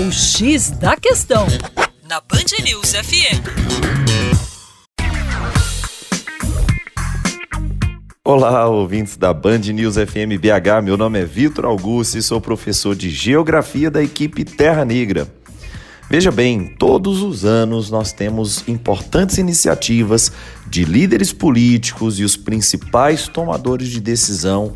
O X da Questão, na Band News FM. Olá, ouvintes da Band News FM BH, meu nome é Vitor Augusto e sou professor de Geografia da equipe Terra Negra. Veja bem, todos os anos nós temos importantes iniciativas de líderes políticos e os principais tomadores de decisão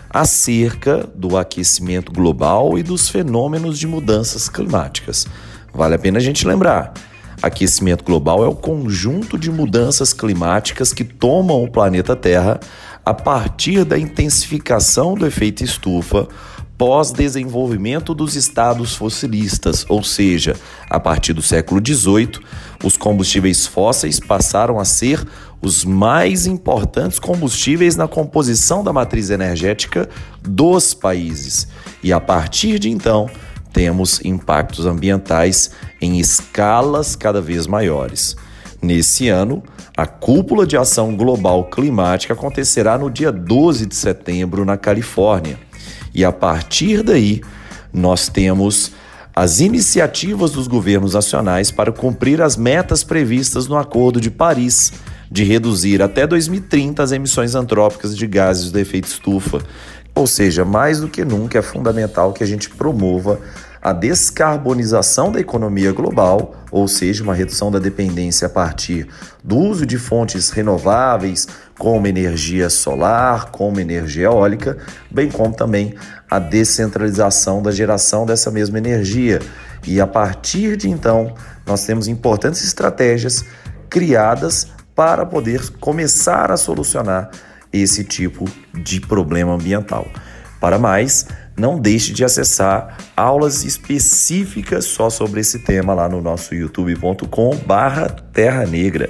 acerca do aquecimento global e dos fenômenos de mudanças climáticas. Vale a pena a gente lembrar, aquecimento global é o conjunto de mudanças climáticas que tomam o planeta Terra a partir da intensificação do efeito estufa pós-desenvolvimento dos estados fossilistas, ou seja, a partir do século XVIII, os combustíveis fósseis passaram a ser os mais importantes combustíveis na composição da matriz energética dos países. E a partir de então, temos impactos ambientais em escalas cada vez maiores. Nesse ano, a Cúpula de Ação Global Climática acontecerá no dia 12 de setembro, na Califórnia. E a partir daí, nós temos as iniciativas dos governos nacionais para cumprir as metas previstas no Acordo de Paris, de reduzir até 2030 as emissões antrópicas de gases do efeito estufa. Ou seja, mais do que nunca é fundamental que a gente promova a descarbonização da economia global, ou seja, uma redução da dependência a partir do uso de fontes renováveis, como energia solar, como energia eólica, bem como também a descentralização da geração dessa mesma energia. E a partir de então, nós temos importantes estratégias criadas para poder começar a solucionar esse tipo de problema ambiental. Para mais, não deixe de acessar aulas específicas só sobre esse tema lá no nosso youtube.com/Terra Negra.